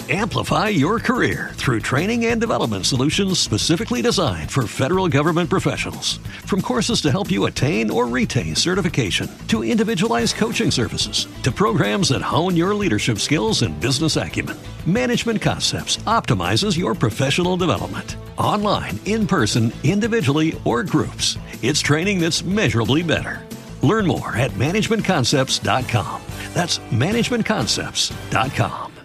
Amplify your career through training and development solutions specifically designed for federal government professionals. From courses to help you attain or retain certification, to individualized coaching services, to programs that hone your leadership skills and business acumen, Management Concepts optimizes your professional development. Online, in person, individually, or groups, it's training that's measurably better. Learn more at managementconcepts.com. That's managementconcepts.com.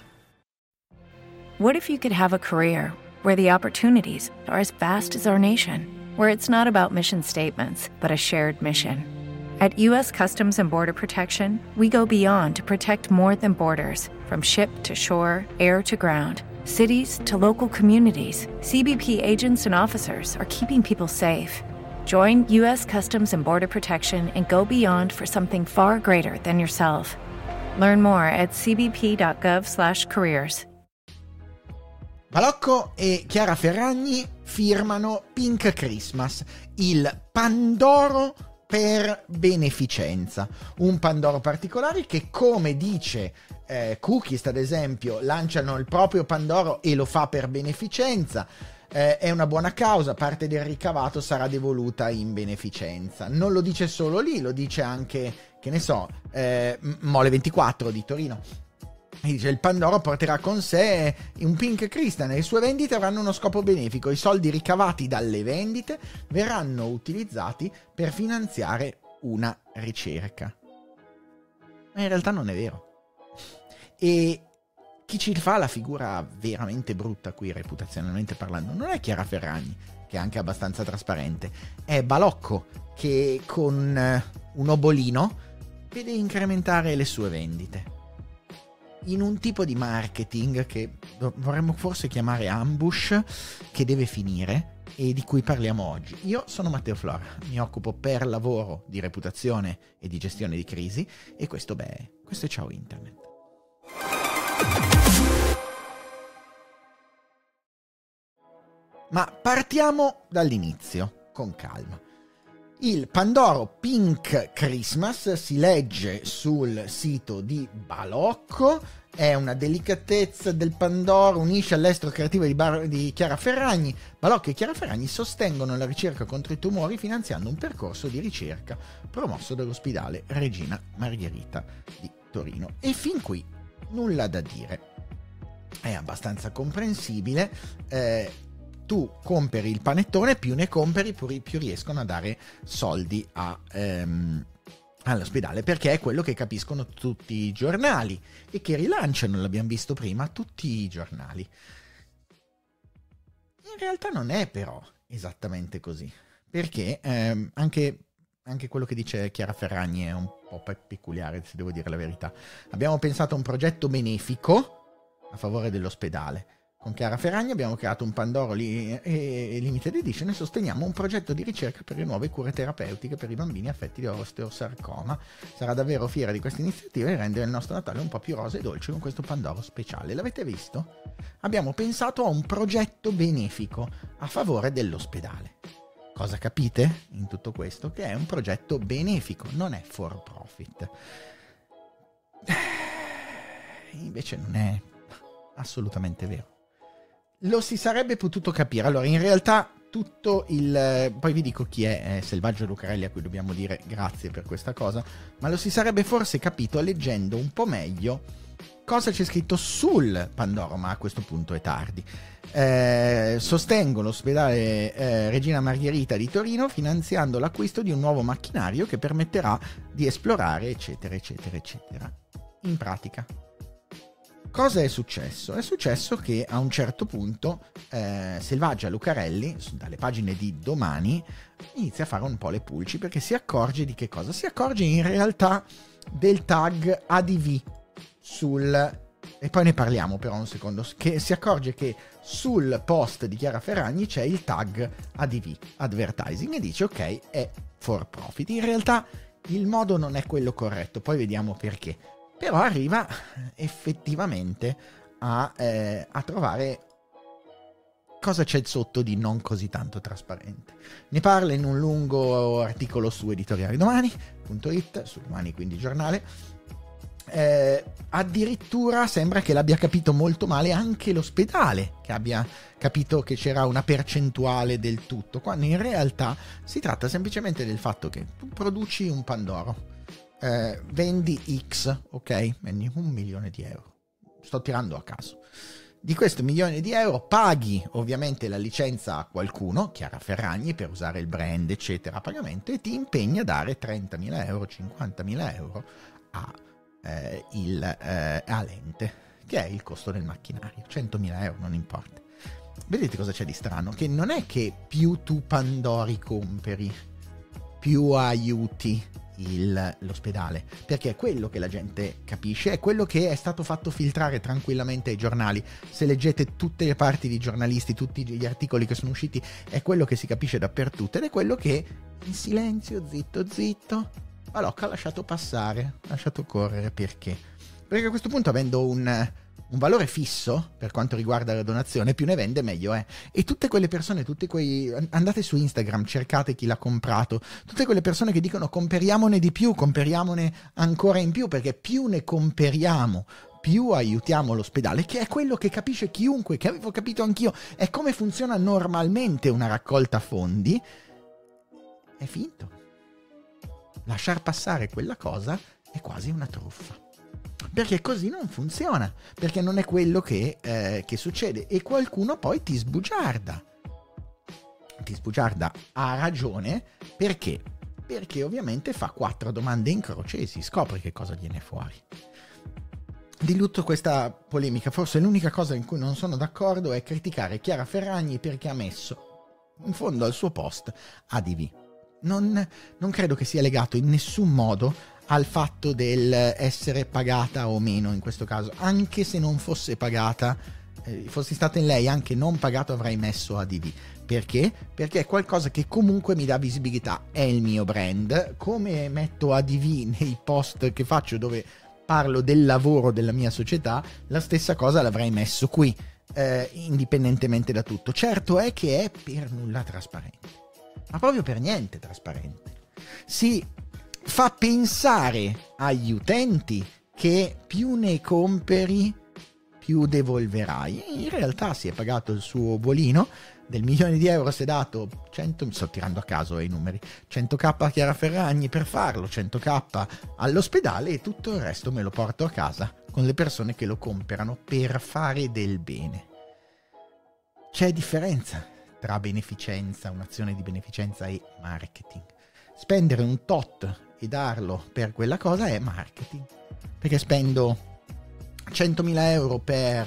What if you could have a career where the opportunities are as vast as our nation, where it's not about mission statements, but a shared mission? At U.S. Customs and Border Protection, we go beyond to protect more than borders. From ship to shore, air to ground, cities to local communities, CBP agents and officers are keeping people safe. Join U.S. Customs and Border Protection and go beyond for something far greater than yourself. Learn more at cbp.gov/careers. Balocco e Chiara Ferragni firmano Pink Christmas, il Pandoro per beneficenza. Un Pandoro particolare che, come dice Cookies, ad esempio, lanciano il proprio Pandoro e lo fa per beneficenza. È una buona causa, parte del ricavato sarà devoluta in beneficenza. Non lo dice solo lì, lo dice anche, che ne so, Mole 24 di Torino. Dice: il Pandoro porterà con sé un Pink Christmas e le sue vendite avranno uno scopo benefico. I soldi ricavati dalle vendite verranno utilizzati per finanziare una ricerca. Ma in realtà non è vero. E chi ci fa la figura veramente brutta qui, reputazionalmente parlando, non è Chiara Ferragni, che è anche abbastanza trasparente, è Balocco, che con un obolino vede incrementare le sue vendite in un tipo di marketing che vorremmo forse chiamare ambush, che deve finire e di cui parliamo oggi. Io sono Matteo Flora, mi occupo per lavoro di reputazione e di gestione di crisi, e questo è Ciao Internet. Ma partiamo dall'inizio, con calma. Il Pandoro Pink Christmas si legge sul sito di Balocco, è una delicatezza del Pandoro, unisce all'estero creativo di Chiara Ferragni. Balocco e Chiara Ferragni sostengono la ricerca contro i tumori finanziando un percorso di ricerca promosso dall'ospedale Regina Margherita di Torino. E fin qui nulla da dire, è abbastanza comprensibile. Tu compri il panettone, più ne compri, più riescono a dare soldi all'ospedale, perché è quello che capiscono tutti i giornali e che rilanciano, l'abbiamo visto prima, tutti i giornali. In realtà non è però esattamente così, perché anche quello che dice Chiara Ferragni è un po' peculiare, se devo dire la verità. Abbiamo pensato a un progetto benefico a favore dell'ospedale. Con Chiara Ferragni abbiamo creato un Pandoro Limited Edition e sosteniamo un progetto di ricerca per le nuove cure terapeutiche per i bambini affetti da osteosarcoma. Sarà davvero fiera di questa iniziativa e rendere il nostro Natale un po' più rosa e dolce con questo Pandoro speciale. L'avete visto? Abbiamo pensato a un progetto benefico a favore dell'ospedale. Cosa capite in tutto questo? Che è un progetto benefico, non è for profit. Invece non è assolutamente vero. Lo si sarebbe potuto capire. Allora, in realtà tutto il... Poi vi dico chi è Selvaggio Lucarelli, a cui dobbiamo dire grazie per questa cosa, ma lo si sarebbe forse capito leggendo un po' meglio cosa c'è scritto sul Pandoro, ma a questo punto è tardi. Sostengo l'ospedale Regina Margherita di Torino finanziando l'acquisto di un nuovo macchinario che permetterà di esplorare, eccetera, eccetera, eccetera. In pratica, cosa è successo? È successo che a un certo punto Selvaggia Lucarelli, dalle pagine di Domani, inizia a fare un po' le pulci, perché si accorge di che cosa? Si accorge in realtà del tag ADV e poi ne parliamo però un secondo, che si accorge che sul post di Chiara Ferragni c'è il tag ADV, Advertising, e dice ok, è for profit. In realtà il modo non è quello corretto, poi vediamo perché. Però arriva effettivamente a trovare cosa c'è sotto di non così tanto trasparente. Ne parla in un lungo articolo su editoriale domani.it, su Domani quindi giornale, Addirittura sembra che l'abbia capito molto male anche l'ospedale, che abbia capito che c'era una percentuale del tutto, quando in realtà si tratta semplicemente del fatto che tu produci un Pandoro, vendi X, ok? Vendi 1 milione di euro, sto tirando a caso. Di questo 1 milione di euro paghi ovviamente la licenza a qualcuno, Chiara Ferragni, per usare il brand eccetera a pagamento, e ti impegni a dare 30.000 euro, 50.000 euro a l'ente, che è il costo del macchinario, 100.000 euro, non importa. Vedete cosa c'è di strano? Che non è che più tu Pandori compri, più aiuti l'ospedale, perché è quello che la gente capisce, è quello che è stato fatto filtrare tranquillamente ai giornali. Se leggete tutte le parti di giornalisti, tutti gli articoli che sono usciti, è quello che si capisce dappertutto, ed è quello che in silenzio, zitto, Balocca ha lasciato passare, ha lasciato correre. Perché a questo punto, avendo un valore fisso per quanto riguarda la donazione, più ne vende meglio è. E tutte quelle persone, andate su Instagram, cercate chi l'ha comprato, tutte quelle persone che dicono comperiamone di più, comperiamone ancora in più, perché più ne comperiamo, più aiutiamo l'ospedale, che è quello che capisce chiunque, che avevo capito anch'io, è come funziona normalmente una raccolta fondi. È finto. Lasciar passare quella cosa è quasi una truffa, perché così non funziona, perché non è quello che succede, e qualcuno poi ti sbugiarda, a ragione. Perché ovviamente fa 4 domande in croce e si scopre che cosa viene fuori. Di tutta questa polemica, forse l'unica cosa in cui non sono d'accordo è criticare Chiara Ferragni perché ha messo in fondo al suo post ADV. Non credo che sia legato in nessun modo al fatto del essere pagata o meno in questo caso. Anche se non fosse pagata, fossi stata in lei anche non pagato, avrei messo ADV. Perché? Perché è qualcosa che comunque mi dà visibilità, è il mio brand. Come metto ADV nei post che faccio dove parlo del lavoro della mia società, la stessa cosa l'avrei messo qui, indipendentemente da tutto. Certo è che è per nulla trasparente, ma proprio per niente trasparente. Si fa pensare agli utenti che più ne compri più devolverai. In realtà si è pagato il suo bolino del 1 milione di euro, si è dato 100, mi sto tirando a caso i numeri, 100k a Chiara Ferragni per farlo, 100k all'ospedale, e tutto il resto me lo porto a casa con le persone che lo comprano per fare del bene. C'è differenza tra beneficenza, un'azione di beneficenza, e marketing. Spendere un tot e darlo per quella cosa è marketing, perché spendo 100.000 euro per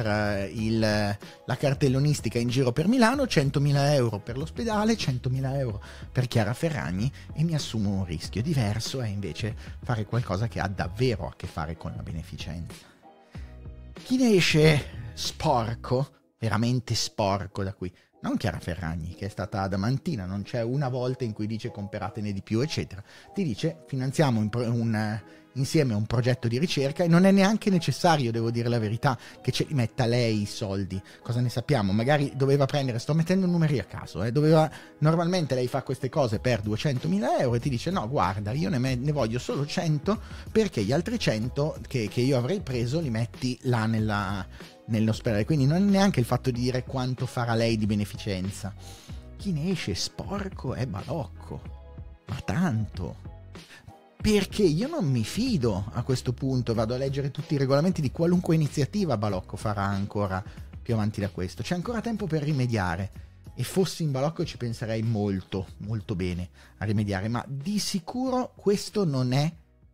la cartellonistica in giro per Milano, 100.000 euro per l'ospedale, 100.000 euro per Chiara Ferragni, e mi assumo un rischio. Diverso è invece fare qualcosa che ha davvero a che fare con la beneficenza. Chi ne esce sporco, veramente sporco da qui? Non Chiara Ferragni, che è stata adamantina, non c'è una volta in cui dice comperatene di più, eccetera. Ti dice finanziamo insieme un progetto di ricerca, e non è neanche necessario, devo dire la verità, che ce li metta lei i soldi. Cosa ne sappiamo? Magari doveva prendere, sto mettendo numeri a caso, normalmente lei fa queste cose per 200.000 euro e ti dice no, guarda, io ne voglio solo 100, perché gli altri 100 che io avrei preso li metti là nell'ospedale. Quindi non è neanche il fatto di dire quanto farà lei di beneficenza. Chi ne esce sporco è Balocco, ma tanto, perché io non mi fido a questo punto. Vado a leggere tutti i regolamenti di qualunque iniziativa Balocco farà ancora più avanti da questo. C'è ancora tempo per rimediare, e fossi in Balocco ci penserei molto molto bene a rimediare, ma di sicuro questo non è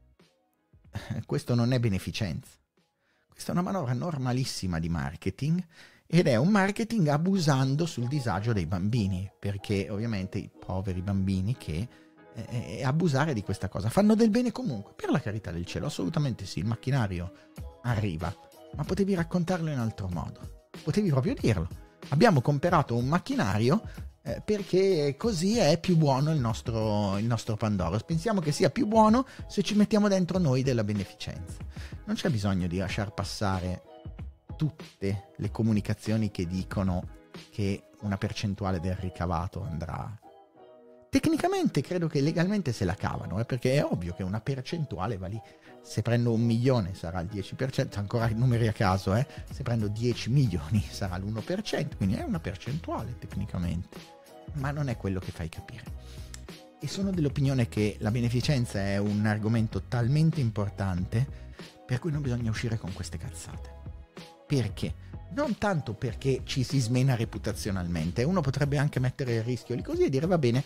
beneficenza. Questa è una manovra normalissima di marketing, ed è un marketing abusando sul disagio dei bambini, perché ovviamente i poveri bambini che abusare di questa cosa fanno del bene comunque, per la carità del cielo, assolutamente sì, il macchinario arriva, ma potevi raccontarlo in altro modo, potevi proprio dirlo: abbiamo comprato un macchinario perché così è più buono il nostro Pandoro, pensiamo che sia più buono se ci mettiamo dentro noi della beneficenza. Non c'è bisogno di lasciar passare tutte le comunicazioni che dicono che una percentuale del ricavato andrà. Tecnicamente credo che legalmente se la cavano, perché è ovvio che una percentuale va lì. Se prendo 1 milione sarà il 10%, ancora numeri a caso, se prendo 10 milioni sarà l'1%, quindi è una percentuale tecnicamente, ma non è quello che fai capire. E sono dell'opinione che la beneficenza è un argomento talmente importante per cui non bisogna uscire con queste cazzate. Perché? Non tanto perché ci si smena reputazionalmente, uno potrebbe anche mettere il rischio lì così e dire va bene,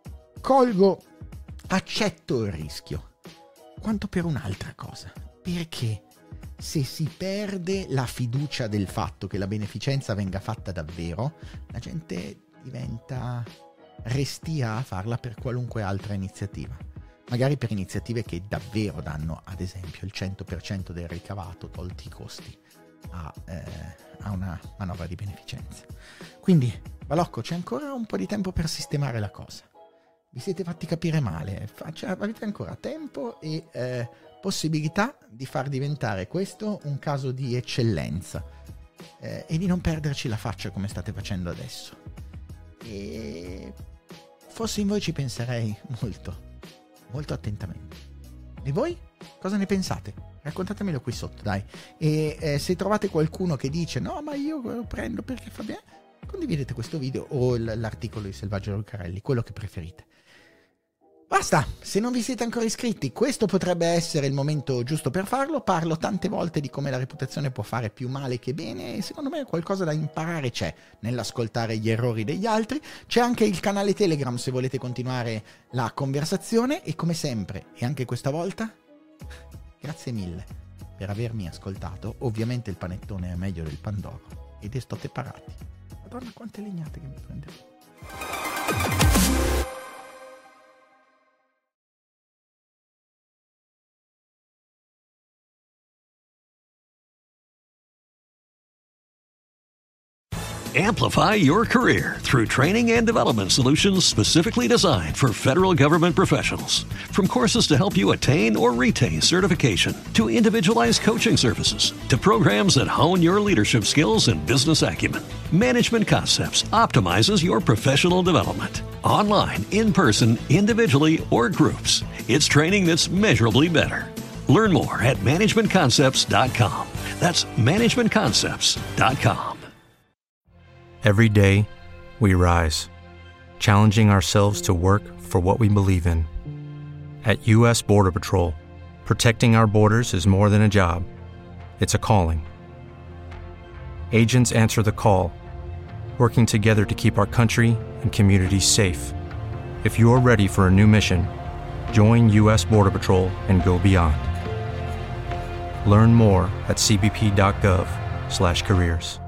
accetto il rischio, quanto per un'altra cosa, perché se si perde la fiducia del fatto che la beneficenza venga fatta davvero, la gente diventa restia a farla per qualunque altra iniziativa, magari per iniziative che davvero danno, ad esempio, il 100% del ricavato, tolti i costi, a una manovra di beneficenza. Quindi, Balocco, c'è ancora un po' di tempo per sistemare la cosa. Vi siete fatti capire male, avete ancora tempo e possibilità di far diventare questo un caso di eccellenza e di non perderci la faccia come state facendo adesso. E fossi in voi ci penserei molto, molto attentamente. E voi? Cosa ne pensate? Raccontatemelo qui sotto, dai. E se trovate qualcuno che dice no, ma io lo prendo perché fa bene, condividete questo video o l'articolo di Selvaggio Lucarelli, quello che preferite. Basta, se non vi siete ancora iscritti, questo potrebbe essere il momento giusto per farlo. Parlo tante volte di come la reputazione può fare più male che bene e secondo me qualcosa da imparare c'è nell'ascoltare gli errori degli altri. C'è anche il canale Telegram se volete continuare la conversazione e come sempre, e anche questa volta, grazie mille per avermi ascoltato. Ovviamente il panettone è meglio del pandoro ed estote parati. Madonna quante legnate che mi prendevo. Amplify your career through training and development solutions specifically designed for federal government professionals. From courses to help you attain or retain certification, to individualized coaching services, to programs that hone your leadership skills and business acumen, Management Concepts optimizes your professional development. Online, in person, individually, or groups, it's training that's measurably better. Learn more at managementconcepts.com. That's managementconcepts.com. Every day, we rise, challenging ourselves to work for what we believe in. At U.S. Border Patrol, protecting our borders is more than a job. It's a calling. Agents answer the call, working together to keep our country and communities safe. If you're ready for a new mission, join U.S. Border Patrol and go beyond. Learn more at cbp.gov/careers.